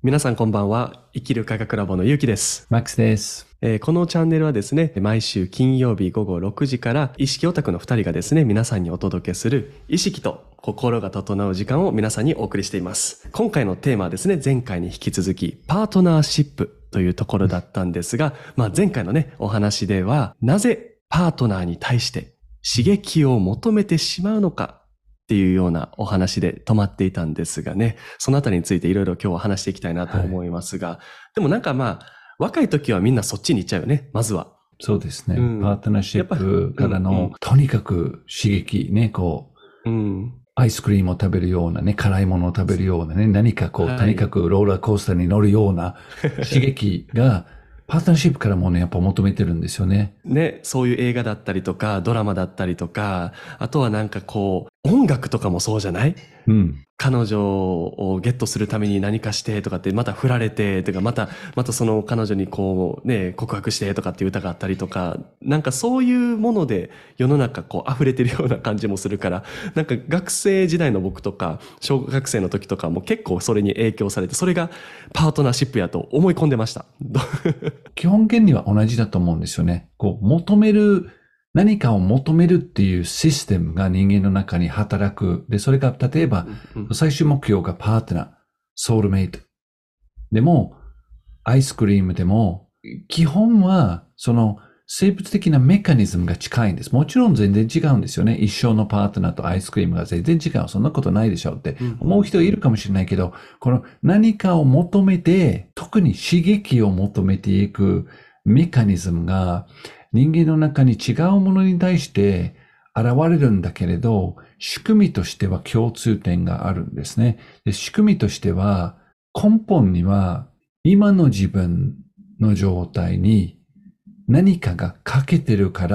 皆さんこんばんは。生きる科学ラボのゆうきです。 マックスです。 このチャンネルはですね、毎週金曜日午後6時から意識オタクの2人がですね、皆さんにお届けする意識と心が整う時間を皆さんにお送りしています。今回のテーマはですね、前回に引き続きパートナーシップというところだったんですが、前回のね、お話ではなぜパートナーに対して刺激を求めてしまうのかっていうようなお話で止まっていたんですがね、そのあたりについていろいろ今日は話していきたいなと思いますが、でも若い時はみんなそっちに行っちゃうよね、まずは。 そうですね。パートナーシップからの、とにかく刺激ね、アイスクリームを食べるようなね、辛いものを食べるようなね、何かとにかくローラーコースターに乗るような刺激が、パートナーシップからもね、やっぱ求めてるんですよね。 ね、そういう映画だったりとか、ドラマだったりとか、あとは音楽とかもそうじゃない？彼女をゲットするために何かしてとかって、また振られてとか、またその彼女に告白してとかっていう歌があったりとか、そういうもので世の中溢れてるような感じもするから、学生時代の僕とか、小学生の時とかも結構それに影響されて、それがパートナーシップやと思い込んでました。 基本原理は同じだと思うんですよね。何かを求めるっていうシステムが人間の中に働く。で、それが例えば、最終目標がパートナー、ソウルメイト。でも、アイスクリームでも、基本は、その生物的なメカニズムが近いんです。もちろん全然違うんですよね。一生のパートナーとアイスクリームが全然違う。そんなことないでしょって思う人いるかもしれないけど、この何かを求めて、特に刺激を求めていくメカニズムが、人間の中に違うものに対して現れるんだけれど、仕組みとしては共通点があるんですね。で、仕組みとしては、根本には今の自分の状態に何かが欠けてるから、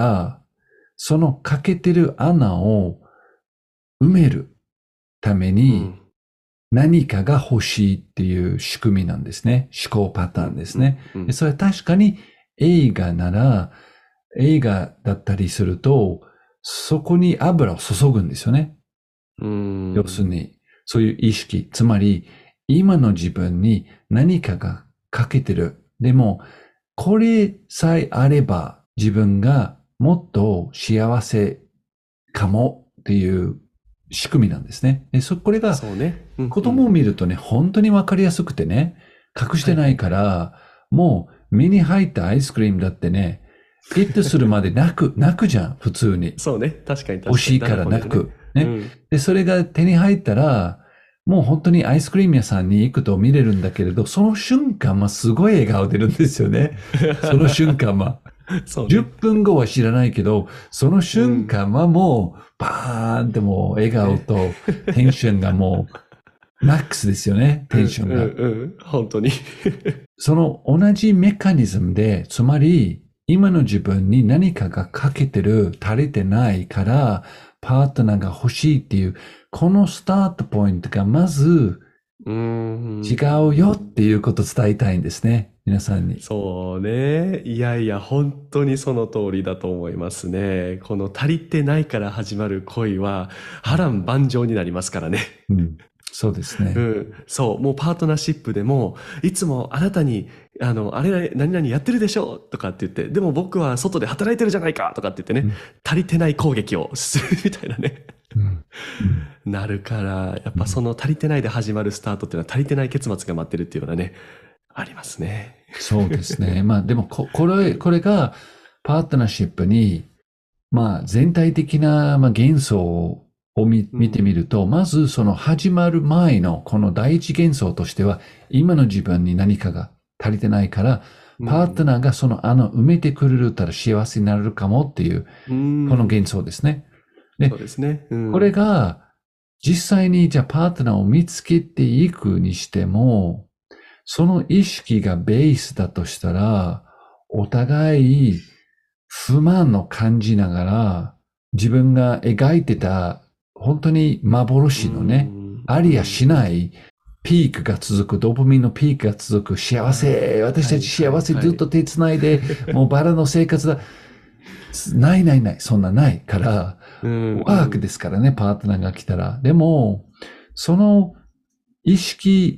その欠けてる穴を埋めるために何かが欲しいっていう仕組みなんですね。思考パターンですね。で、それは確かに映画だったりすると、そこに油を注ぐんですよね。要するに、そういう意識、つまり、今の自分に何かが欠けてる。でも、これさえあれば、自分がもっと幸せかもっていう仕組みなんですね。で、これが、子供を見るとね、本当にわかりやすくてね、隠してないから、もう目に入ったアイスクリームだってね、ゲットするまで泣くじゃん、普通に。 そうね、確かに。 欲しいから泣く。ね。で、それが手に入ったら、もう本当にアイスクリーム屋さんに行くと見れるんだけれど、その瞬間はすごい笑顔出るんですよね。その瞬間は。そうね、10分後は知らないけど、その瞬間はもう、バーンってもう笑顔とテンションがもう、マックスですよね、テンションが。本当に。 その同じメカニズムで、つまり、今の自分に何かが欠けてる、足りてないから、パートナーが欲しいっていう、このスタートポイントがまず、違うよっていうことを伝えたいんですね。皆さんに。 そうね。いやいや、本当にその通りだと思いますね。この足りてないから始まる恋は波乱万丈になりますからね。 そうですね。 そう。もうパートナーシップでも、いつもあなたに、あれ、何々やってるでしょとかって言って、でも僕は外で働いてるじゃないかとかって言ってね、足りてない攻撃をするみたいなね。なるから、やっぱその足りてないで始まるスタートっていうのは足りてない結末が待ってるっていうのはね、ありますね。 そうですね。でもこれがパートナーシップに、全体的な元素を見てみると、まずその始まる前のこの第一元素としては、今の自分に何かが足りてないから、パートナーがその穴を埋めてくれるたら幸せになれるかもっていう、この元素ですね。 そうですね。 これが実際にじゃあパートナーを見つけていくにしても、その意識がベースだとしたら、お互い不満を感じながら、自分が描いてた本当に幻のね、ありやしないピークが続く、ドーパミンのピークが続く、幸せ、私たち幸せずっと手つないで、もうバラの生活だ。ない、そんなないから、ワークですからね、パートナーが来たら。でも、その意識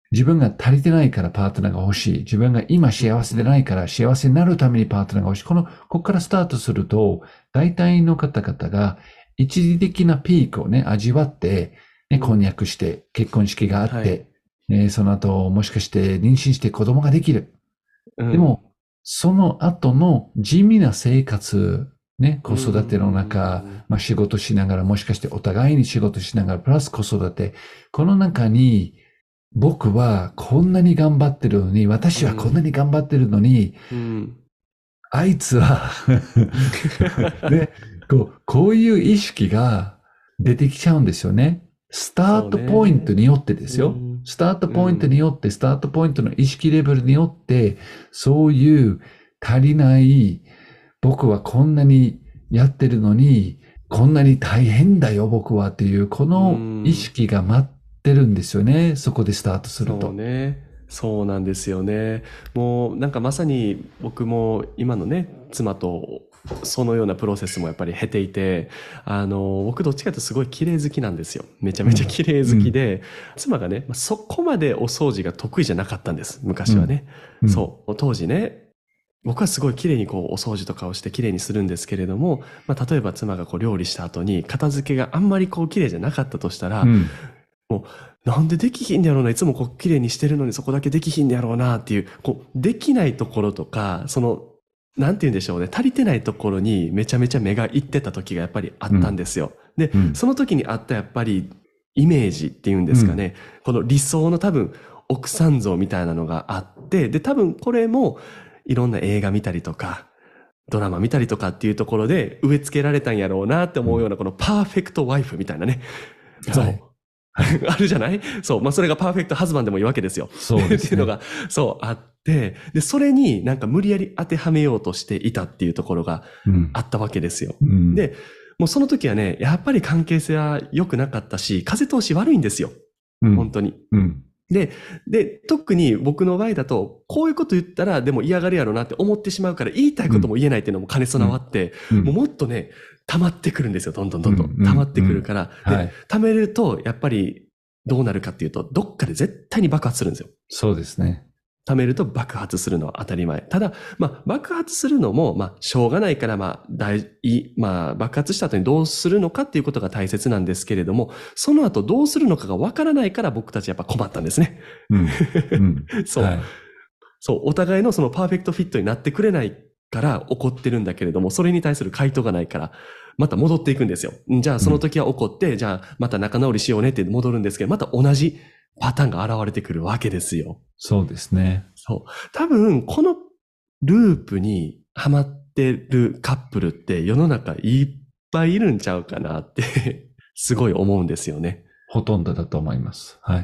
自分が足りてないからパートナーが欲しい。自分が今幸せでないから幸せになるためにパートナーが欲しい。ここからスタートすると、大体の方々が一時的なピークをね、味わって、ね、婚約して、結婚式があって、その後、もしかして妊娠して子供ができる。でも、その後の地味な生活、ね、子育ての中、仕事しながら、もしかしてお互いに仕事しながら、プラス子育て、この中に、僕はこんなに頑張ってるのに、私はこんなに頑張ってるのに、あいつはね、こういう意識が出てきちゃうんですよね。スタートポイントによってですよ。スタートポイントによって、スタートポイントの意識レベルによって、そういう足りない、僕はこんなにやってるのに、こんなに大変だよ、僕はっていう、この意識が待ってるんですよね。そこでスタートすると。 そうね。そうなんですよね。もうなんかまさに僕も今のね、妻とそのようなプロセスもやっぱり経ていて、僕どっちかというとすごい綺麗好きなんですよ。めちゃめちゃ綺麗好きで、妻がね、そこまでお掃除が得意じゃなかったんです、昔はね。そう。当時ね、僕はすごい綺麗にお掃除とかをして綺麗にするんですけれども、例えば妻が料理した後に片付けがあんまり綺麗じゃなかったとしたら、もうなんでできひんねやろうな、いつも綺麗にしてるのにそこだけできひんねやろうなっていう、できないところとか、なんて言うんでしょうね、足りてないところにめちゃめちゃ目がいってた時がやっぱりあったんですよ。で、その時にあったやっぱりイメージっていうんですかね、この理想の多分奥さん像みたいなのがあって、で、多分これもいろんな映画見たりとか、ドラマ見たりとかっていうところで植え付けられたんやろうなって思うようなこのパーフェクトワイフみたいなね。そう。あるじゃないそう。それがパーフェクトハズバンでもいいわけですよ。 そうですね。 っていうのが、そう、あって、で、それになんか無理やり当てはめようとしていたっていうところがあったわけですよ。で、もうその時はね、やっぱり関係性は良くなかったし、風通し悪いんですよ。本当に。で、特に僕の場合だと、こういうこと言ったらでも嫌がるやろなって思ってしまうから、言いたいことも言えないっていうのも兼ね備わって、もっとね、溜まってくるんですよ。どんどん溜まってくるから。で、溜めると、やっぱりどうなるかっていうと、どっかで絶対に爆発するんですよ。 そうですね。 溜めると爆発するのは当たり前。ただ、爆発するのも、しょうがないから、爆発した後にどうするのかっていうことが大切なんですけれども、その後どうするのかがわからないから僕たちやっぱ困ったんですね。そう。そう、お互いのそのパーフェクトフィットになってくれないから怒ってるんだけれども、それに対する回答がないから、また戻っていくんですよ。じゃあその時は怒って、じゃあまた仲直りしようねって戻るんですけど、また同じパターンが現れてくるわけですよ。 そうですね。 そう。多分、このループにハマってるカップルって世の中いっぱいいるんちゃうかなってすごい思うんですよね。 ほとんどだと思います。はい。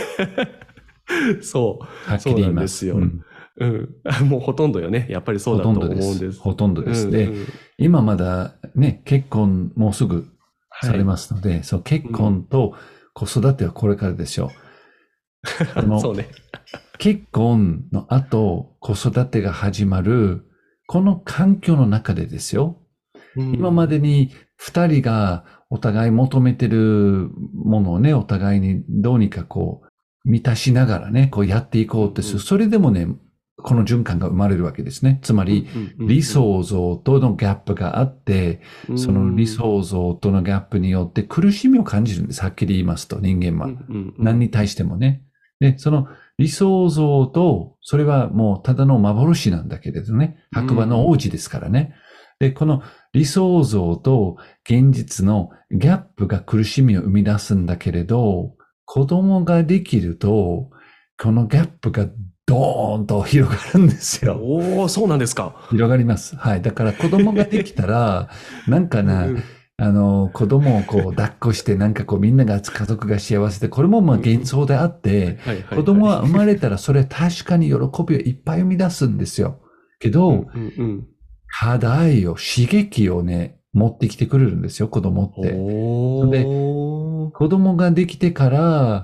そう。 はっきり言います。 そうなんですよ。もうほとんどよね。やっぱりそうだと思うんです。 ほとんどです。で、今まだね、結婚もうすぐされますので、そう、結婚と子育てはこれからですよ。 そうね。 結婚の後、子育てが始まる、この環境の中でですよ。今までに二人がお互い求めてるものをね、お互いにどうにか満たしながらね、やっていこうとする。それでもね、この循環が生まれるわけですね。つまり、理想像とのギャップがあって、その理想像とのギャップによって苦しみを感じるんです。はっきり言いますと、人間は。何に対してもね。で、その理想像と、それはもうただの幻なんだけれどね。白馬の王子ですからね。で、この理想像と現実のギャップが苦しみを生み出すんだけれど、子供ができると、このギャップがドーンと広がるんですよ。 おー、そうなんですか。 広がります。はい。だから子供ができたら、なんかな、子供を抱っこして、なんかみんなが家族が幸せで、これも幻想であって、子供は生まれたらそれ確かに喜びをいっぱい生み出すんですよ。けど、課題を、刺激をね、持ってきてくれるんですよ、子供って。で、子供ができてから、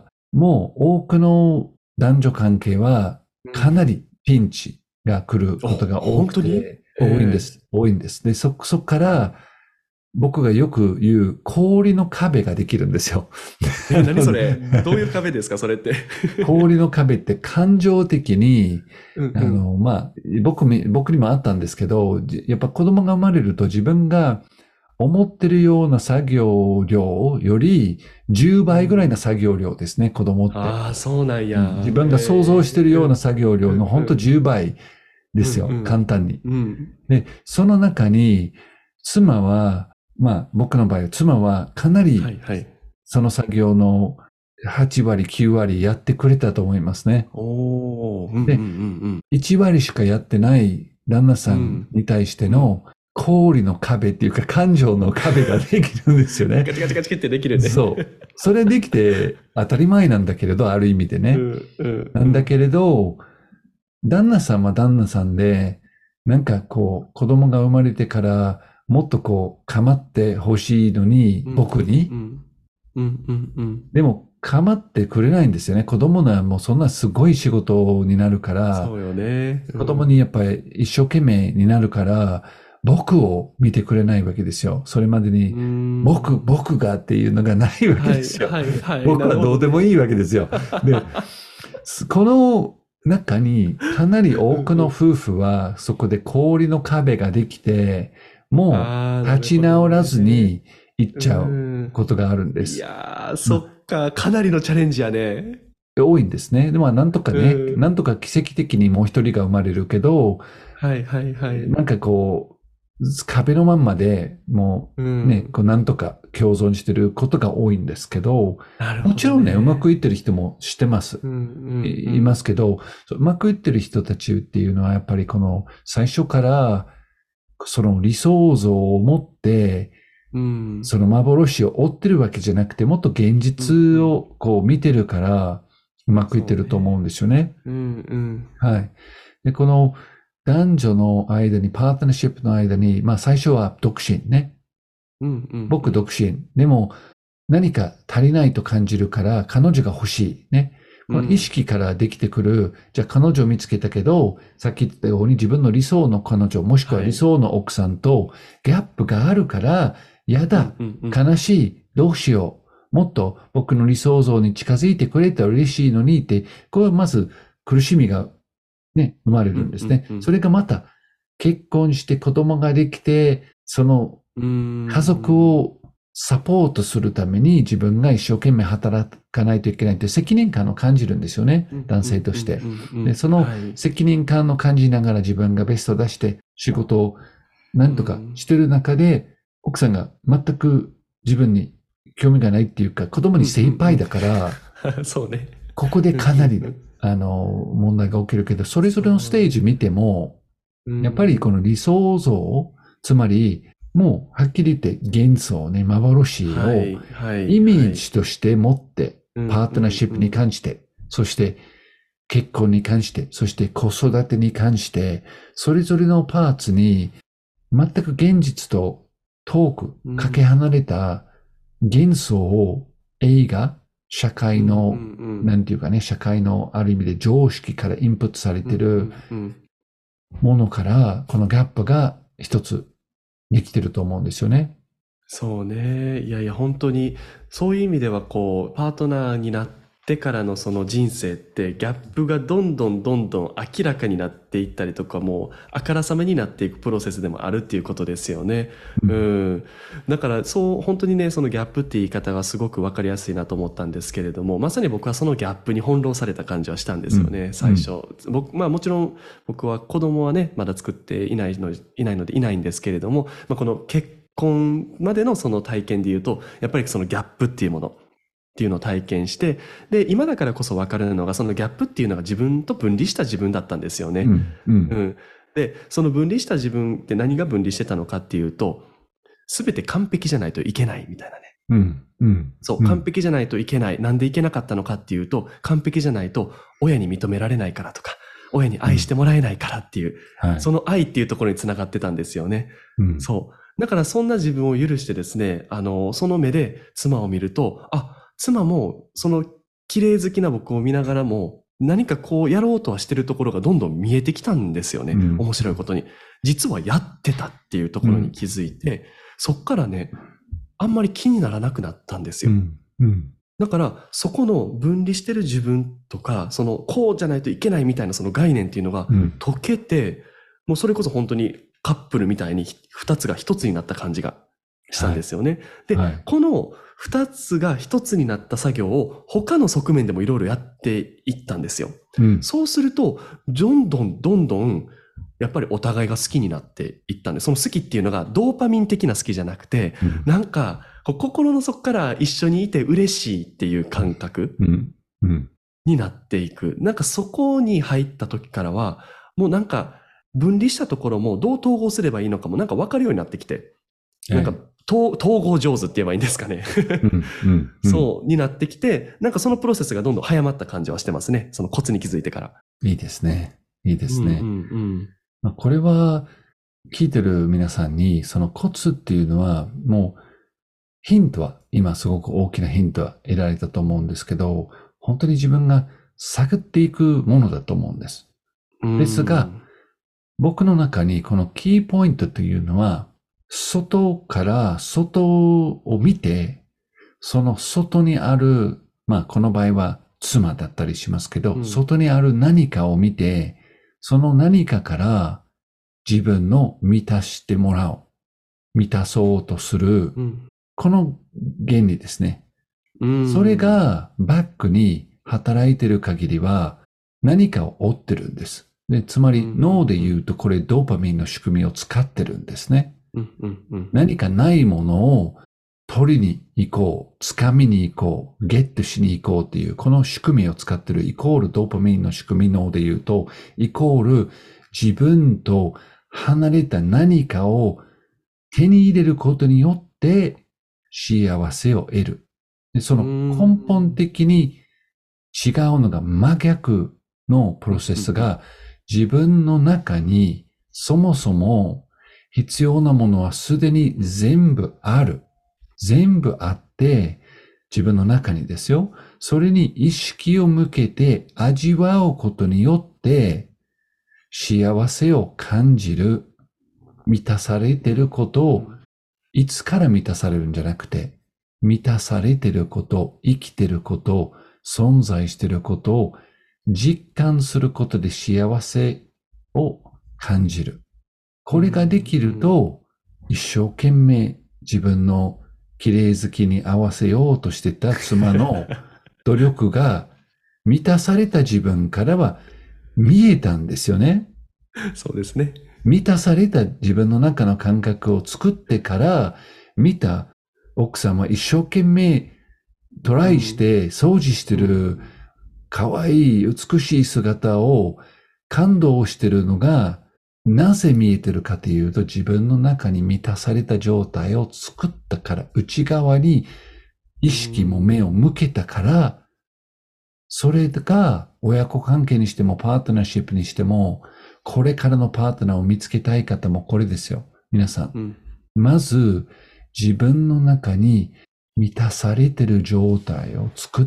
もう多くの男女関係は、かなりピンチが来ることが多くて、多いんです。で、そこから、 僕がよく言う氷の壁ができるんですよ。 何それどういう壁ですかそれって。 氷の壁って感情的に、 うんうん。 僕にもあったんですけど、やっぱ子供が生まれると自分が思ってるような作業量より10倍ぐらいな作業量ですね、子供って。 ああ、そうなん自や。 分が想像してるような作業量のほんとうんうん。 10倍でうんすよ、簡単に。 うん。うん。 で、その中に、妻は、僕の場合は妻はかなりはいはい。 その作業の8割、9割やってくれたと思いますね。 おー、うんうんで、 うん 1割しかやってない旦那うん。 さんに対してうん。 の氷の壁っていうか感情の壁ができるんですよね。 ガチガチガチってできるね。 そう。それできて当たり前なんだけれど、ある意味でね。 うんうんうん。 なんだけれど、旦那さんは旦那さんで、なんかこう、子供が生まれてから、もっとこう、構ってほしいのに、 うん僕に。 うんうんうんうん。 でも、構ってくれないんですよね。子供のはもうそんなすごい仕事になるから、 そうよね。う子供ん。 にやっぱり一生懸命になるから、僕を見てくれないわけですよ。それまでうーに、 ん。 僕がっていうのがないわけはいですよ。 はいはい。な僕はるほどね。 どうでもいいわけですよ。で、この中にかなり多くのうんうん。 夫婦はそこで氷の壁ができて、もああ、 う立ちなるほど直らずね。 に行っうちゃうーん。 ことがあるんでいす。 やー、そまっか。かなりのチャレンジやね。 多いんですね。で、なんとかうね、なん。 んとか奇跡的にもう一人が生まれるけど、 はいはいはい。 なんかこう、壁のまんまでもううね、 ん。 こうなんとか共存してることが多いんですけど、 なるほどもちろんね、うまくね。 いってる人もしてます。 うんうんういまん。 すけど、うまくいってる人たちっていうのはやっぱりこの最初からその理想像を持って、 うん。 その幻を追ってるわけじゃなくて、もっと現うんうん。 実をこう見てるから、うまくいってると思うんそうね。 ですよね。 うんうん。 はい。で、この男女の間に、パートナーシップの間に、最初は独身ね。 うんうんうん。 僕独身。でも何か足りないと感じるから彼女が欲しい。ね。この意うん。 識からできてくる、じゃあ彼女を見つけたけど、さっき言ったように自分の理想の彼女、もしくははい。 理想の奥さんとギャップがあるから、やだ、 うんうんうん。 悲しい、どうしよう。もっと僕の理想像に近づいてくれたら嬉しいのにって、これはまず苦しみがね、生まれうんるんですね。そうんうん。 れがまた結婚して子供ができて、そのうー家族ん。 をサポートするために自分が一生懸命働かないといけないという責任感を感じるんですよね。 うん男うんうん性として。で、 うんうん。 そのはい。 責任感を感じながら自分がベストを出して仕事をなうんとかん。 してる中で、奥さんが全く自分に興味がないっていうか、子供にうん精一杯だうんから、 うん。そうね。 ここでうんかなり、 うんうん。 問題が起きるけど、それぞれのステージそう。 見ても、 うやっぱりこん。 の理想像、つまり、もうはっきり言って幻想ね、幻をはいはいイメはい。 ージとして持って、 うんうパートナーシップにんうん。 関して、そして結婚に関して、そして子育てに関して、それぞれのパーツに全く現実と遠く、かけうん。 離れた幻想を映画、社うんうんう会の、なん。 んていうかね、社会のある意味で常識からインプットされうんうているんうん。 ものから、このギャップが一つできてると思うんですよね。 そうね。いやいや、本当に、そういう意味では、こう、パートナーになってからのその人生って、ギャップがどんどんどんどん明らかになっていったりとか、もう、あからさまになっていくプロセスでもあるっていうことですよね。ううん。 ん。だから、そう、本当にね、そのギャップって言い方がすごくわかりやすいなと思ったんですけれども、まさに僕はそのギャップに翻弄された感じはしたんでうん。 すよね、 うん。 最初。もちろん、僕は子供はね、まだ作っていないのでいないんですけれども、この結婚までのその体験で言うと、やっぱりそのギャップっていうものっていうのを体験して、で、今だからこそ分かるのが、そのギャップっていうのが自分と分離した自分だったんですよね。 うん。うん。 うん。で、その分離した自分って何が分離してたのかっていうと、すべて完璧じゃないといけないみたいなね。 うん。うん。 そう、 うん。 完璧じゃないといけない。なんでいけなかったのかっていうと、完璧じゃないと親に認められないからとか、親に愛してもらえないからっていう、 はい。 その愛っていうところにつながってたんですよね。 うん。 そう。だからそんな自分を許してですね、その目で妻を見ると、妻もその綺麗好きな僕を見ながらも、何かこうやろうとはしてるところがどんどん見えてきたんですよね。 うん。 面白いことに。実はやってたっていうところにうん。 気づいて、 そっからね、あんまり気にならなくなったんですよ。だから、そこの分離してる自分とか、こうじゃないといけないみたいなその概念っていうのが解けて、もうそれこそ本当にカップルみたいに二つが一つになった感じがしたんですよね。で、この二つが一つになった作業を他の側面でもいろいろやっていったんですよ。そうすると、どんどん、やっぱりお互いが好きになっていったんで、その好きっていうのがドーパミン的な好きじゃなくて、なんか、心の底から一緒にいて嬉しいっていう感覚になっていく。なんかそこに入った時からは、もうなんか分離したところもどう統合すればいいのかもなんか分かるようになってきて、なんか統合上手って言えばいいんですかね。そうになってきて、なんかそのプロセスがどんどん早まった感じはしてますね。そのコツに気づいてから。 いいですね。いいですね。これは聞いてる皆さんにそのコツっていうのはもうヒントは今すごく大きなヒントは得られたと思うんですけど、本当に自分が探っていくものだと思うんです。ですが、僕の中にこのキーポイントというのは、外から外を見て、その外にある、この場合は妻だったりしますけど、外にある何かを見て、その何かから自分の満たしてもらおう。満たそうとする、この原理ですね。それがバックに働いている限りは何かを追ってるんです。で、つまり脳で言うとこれドーパミンの仕組みを使ってるんですね。何かないものを取りに行こう、掴みに行こう、ゲットしに行こうっていうこの仕組みを使ってるイコールドーパミンの仕組み脳で言うとイコール自分と離れた何かを手に入れることによって幸せを得る。でその根本的に違うのが真逆のプロセスが自分の中にそもそも必要なものはすでに全部ある。全部あって自分の中にですよ。それに意識を向けて味わうことによって幸せを感じる。満たされていることをいつから満たされるんじゃなくて、満たされていること、生きていること、存在していることを実感することで幸せを感じる。これができると、一生懸命自分の綺麗好きに合わせようとしてた妻の努力が満たされた自分からは見えたんですよね。 そうですね。 満たされた自分の中の感覚を作ってから見た奥さんは一生懸命トライして掃除してる可愛い美しい姿を感動してるのがなぜ見えてるかというと自分の中に満たされた状態を作ったから内側に意識も目を向けたからそれが親子関係にしてもパートナーシップにしてもこれからのパートナーを見つけたい方もこれですよ。皆さん。まず、自分の中に満たされている状態を作って、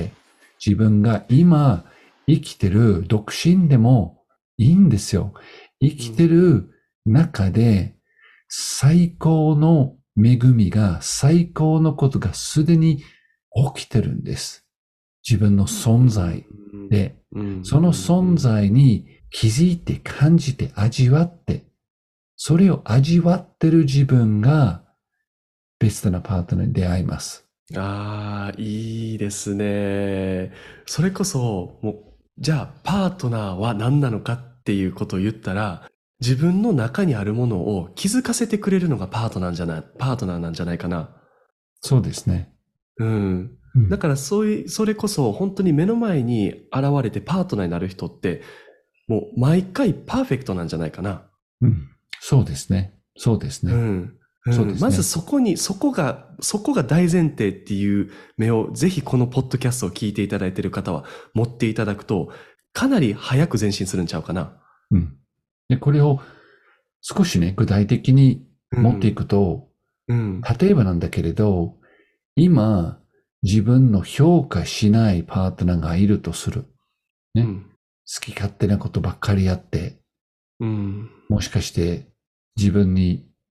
自分が今生きてる独身でもいいんですよ。生きてる中で最高の恵みが、最高のことがすでに起きてるんです。自分の存在で、その存在に気づいて感じて味わって、それを味わってる自分がベストなパートナーに出会います。 ああ、いいですね。それこそ、じゃあパートナーは何なのかっていうことを言ったら、自分の中にあるものを気づかせてくれるのがパートナーなんじゃないかな。 そうですね。 だからそれこそ本当に目の前に現れてパートナーになる人って、もう毎回パーフェクトなんじゃないかな。 そうですね。そうですね。 まずそこが大前提っていう目をぜひこのポッドキャストを聞いていただいている方は持っていただくと、かなり早く前進するんちゃうかな。 で、これを少しね、具体的に持っていくと、例えばなんだけれど、今、自分の評価しないパートナーがいるとする。ね。好き勝手なことばっかりやって、もしかして自分に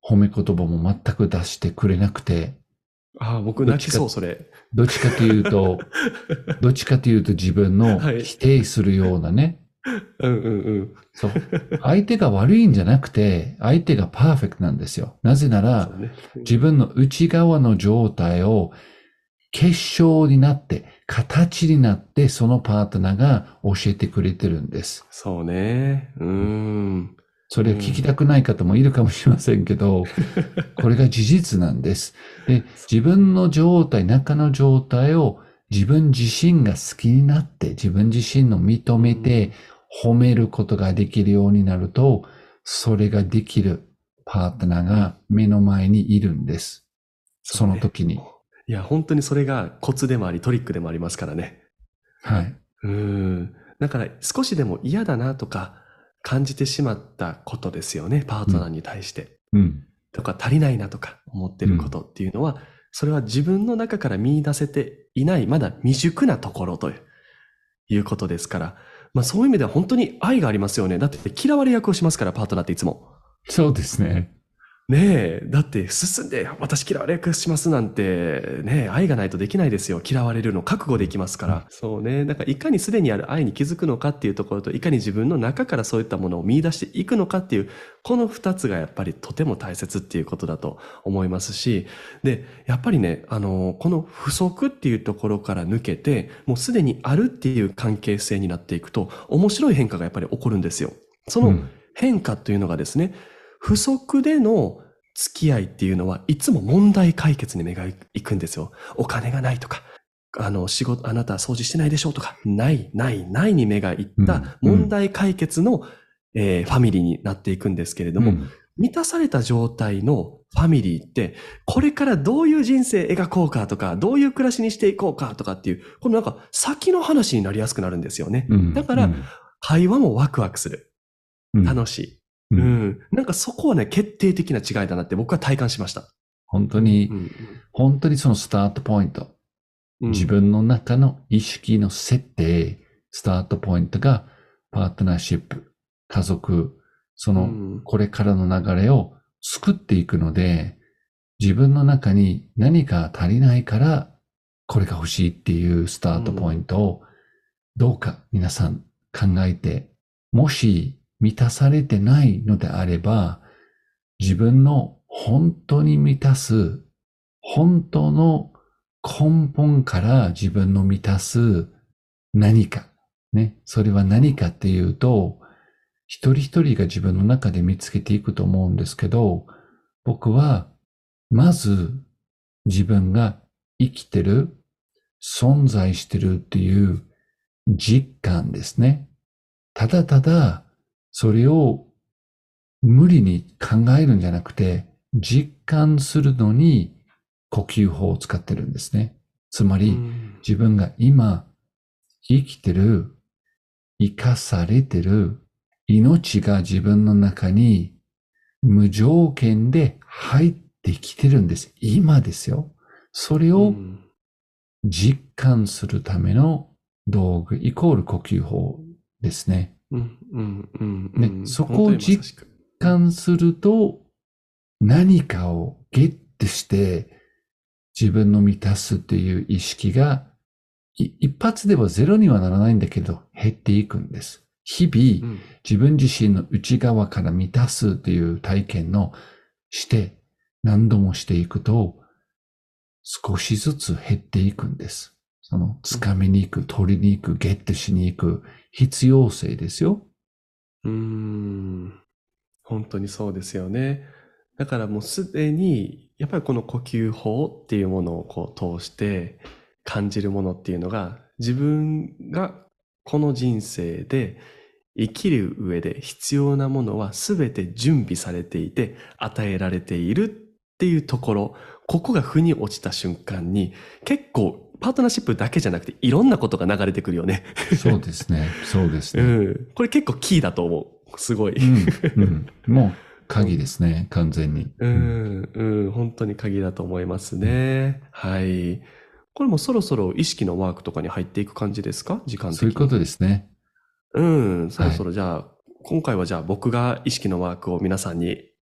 褒め言葉も全く出してくれなくて、 ああ、僕泣きそう、それ。 どっちかというと、どっちかというと自分のはい。 否定するようなね。 うんうんうん。 そう。相手が悪いんじゃなくて、相手がパーフェクトなんですよ。なぜなら、 そうね。 自分の内側の状態を結晶になって、形になって、そのパートナーが教えてくれてるんです。 そうね。 それを聞きたくない方もいるかもしれませんけど、これが事実なんです。で、自分の状態、中の状態を自分自身が好きになって、自分自身の認めて褒めることができるようになると、それができるパートナーが目の前にいるんです。そのそうね。 時に。 いや、本当にそれがコツでもあり、トリックでもありますからね。 はい。 だから少しでも嫌だなとか感じてしまったことですよね、パートナーに対して。 うん。 とか足りないなとか思ってることっていうのは、それは自分の中から見出せていない、まだ未熟なところということですから、まあそういう意味では本当に愛がありますよね。だって嫌われ役をしますから、パートナーっていつも。 そうですね。 ねえ、だって進んで私嫌われ役しますなんて、ねえ、愛がないとできないですよ。嫌われるの覚悟できますから。そうね。だからいかにすでにある愛に気づくのかっていうところと、いかに自分の中からそういったものを見出していくのかっていう、この二つがやっぱりとても大切っていうことだと思いますし、で、やっぱりね、この不足っていうところから抜けて、もうすでにあるっていう関係性になっていくと、面白い変化がやっぱり起こるんですよ。その変化というのがですね、不足での付き合いっていうのはいつも問題解決に目が行くんですよ。お金がないとか、仕事、あなた掃除してないでしょうとか、ないに目が行った問題解決の、ファミリーになっていくんですけれども、満たされた状態のファミリーって、これからどういう人生描こうかとか、どういう暮らしにしていこうかとかっていう、このなんか先の話になりやすくなるんですよね。だから、会話もワクワクする。楽しい。なんかそこはね、決定的な違いだなって僕は体感しました。 本当にそのスタートポイント。自分の中の意識の設定、スタートポイントがパートナーシップ、家族、そのこれからの流れを作っていくので、自分の中に何か足りないからこれが欲しいっていうスタートポイントをどうか皆さん考えて、もし満たされてないのであれば、自分の本当に満たす、本当の根本から自分の満たす何か、ね。それは何かっていうと、一人一人が自分の中で見つけていくと思うんですけど、僕は、まず自分が生きてる、存在してるっていう実感ですね。ただただ、それを無理に考えるんじゃなくて、実感するのに呼吸法を使ってるんですね。つまり、自分が今生きてる、生かされてる、命が自分の中に無条件で入ってきてるんです。今ですよ。それを実感するための道具イコール呼吸法ですね。そこを実感すると何かをゲットして自分の満たすという意識が一発ではゼロにはならないんだけど減っていくんです。日々、自分自身の内側から満たすという体験のして何度もしていくと少しずつ減っていくんです。その掴みに行く、取りに行く、ゲットしに行く必要性ですよ。 本当にそうですよね。だからもうすでにやっぱりこの呼吸法っていうものをこう通して感じるものっていうのが自分がこの人生で生きる上で必要なものは全て準備されていて与えられているっていうところ、ここが腑に落ちた瞬間に結構パートナーシップだけじゃなくていろんなことが流れてくるよね。 そうですね。そうですね。 これ結構キーだと思う。すごい。 もう鍵ですね。完全に。 本当に鍵だと思いますね。はい。これもそろそろ意識のワークとかに入っていく感じですか？時間的に。 そういうことですね。 そろそろじゃあ、今回はじゃあ僕が意識のワークを皆さんに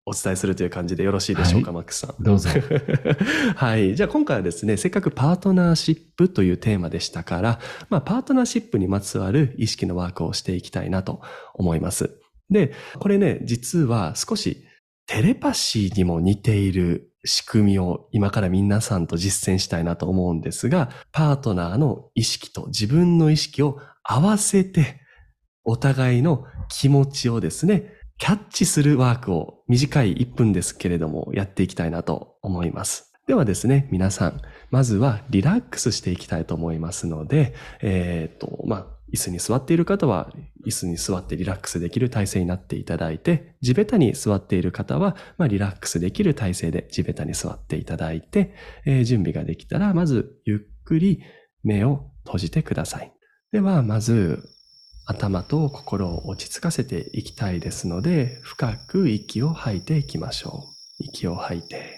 お伝えするという感じでよろしいでしょうか、マックスさん。 どうぞ。 はい。じゃあ今回はですね、せっかくパートナーシップというテーマでしたから、パートナーシップにまつわる意識のワークをしていきたいなと思います。で、これね、実は少しテレパシーにも似ている仕組みを今から皆さんと実践したいなと思うんですが、パートナーの意識と自分の意識を合わせて、お互いの気持ちをですね、キャッチするワークを短い1分ですけれどもやっていきたいなと思います。ではですね、皆さん、まずはリラックスしていきたいと思いますので、椅子に座っている方は椅子に座ってリラックスできる体勢になっていただいて、地べたに座っている方は、リラックスできる体勢で地べたに座っていただいて、準備ができたら、まずゆっくり目を閉じてください。では、まず、頭と心を落ち着かせていきたいですので、深く息を吐いていきましょう。息を吐いて。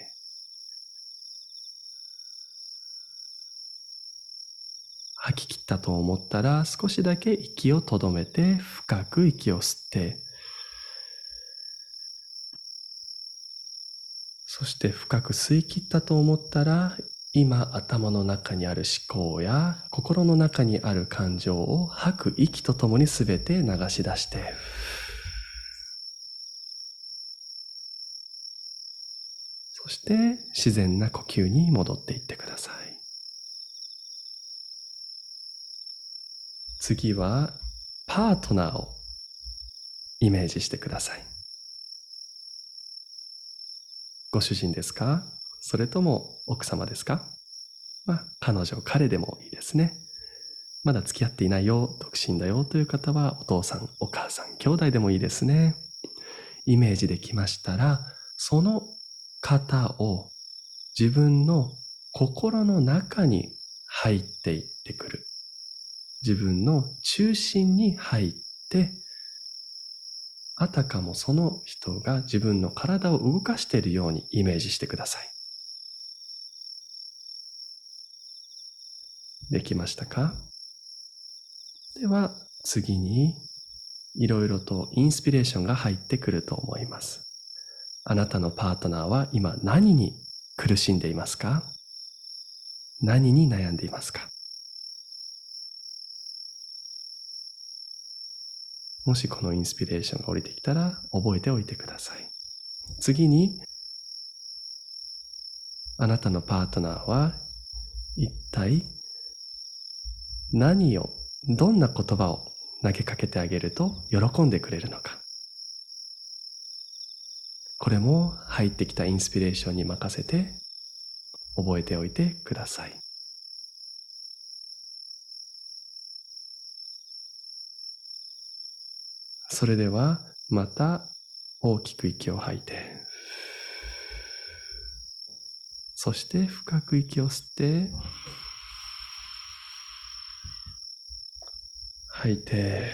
吐き切ったと思ったら、少しだけ息をとどめて、深く息を吸って、そして深く吸い切ったと思ったら、今頭の中にある思考や心の中にある感情を吐く息とともにすべて流し出して、そして自然な呼吸に戻っていってください。次はパートナーをイメージしてください。ご主人ですか？それとも奥様ですか？彼女、彼でもいいですね。まだ付き合っていないよ、独身だよという方はお父さん、お母さん、兄弟でもいいですね。イメージできましたら、その方を自分の心の中に入っていってくる。自分の中心に入って、あたかもその人が自分の体を動かしているようにイメージしてください。できましたか？では次にいろいろとインスピレーションが入ってくると思います。あなたのパートナーは今何に苦しんでいますか？何に悩んでいますか？もしこのインスピレーションが降りてきたら覚えておいてください。次に、あなたのパートナーは一体何を、どんな言葉を投げかけてあげると喜んでくれるのか。これも入ってきたインスピレーションに任せて覚えておいてください。それではまた大きく息を吐いて、そして深く息を吸って吐いて、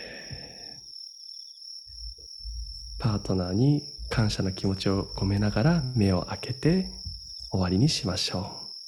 パートナーに感謝の気持ちを込めながら目を開けて終わりにしましょう。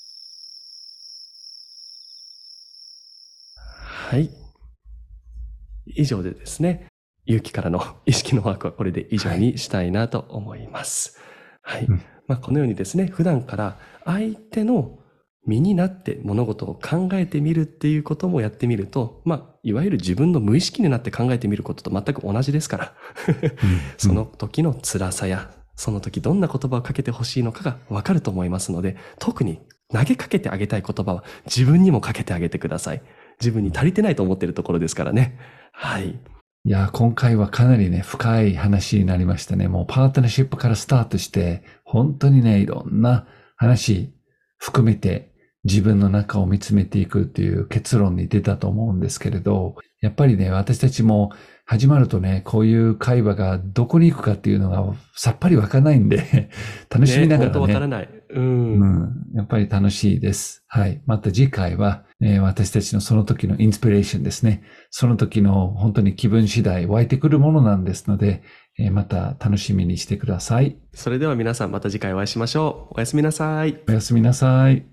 はい。以上でですね、勇気からの意識のワークはこれで以上にしたいなと思います。はい。このようにですね、普段から相手の身になって物事を考えてみるっていうこともやってみると、いわゆる自分の無意識になって考えてみることと全く同じですから、その時の辛さや、その時どんな言葉をかけてほしいのかがわかると思いますので、特に投げかけてあげたい言葉は自分にもかけてあげてください。自分に足りてないと思っているところですからね。はい。 いや、今回はかなりね、深い話になりましたね。もうパートナーシップからスタートして、本当にね、いろんな話含めて自分の中を見つめていくっていう結論に出たと思うんですけれど、やっぱりね、私たちも始まるとね、こういう会話がどこに行くかっていうのがさっぱりわからないんで、楽しみながらね。 本当わからない。 やっぱり楽しいです。はい。また次回は、私たちのその時のインスピレーションですね。その時の本当に気分次第湧いてくるものなんですので、また楽しみにしてください。 それでは皆さんまた次回お会いしましょう。おやすみなさい。 おやすみなさい。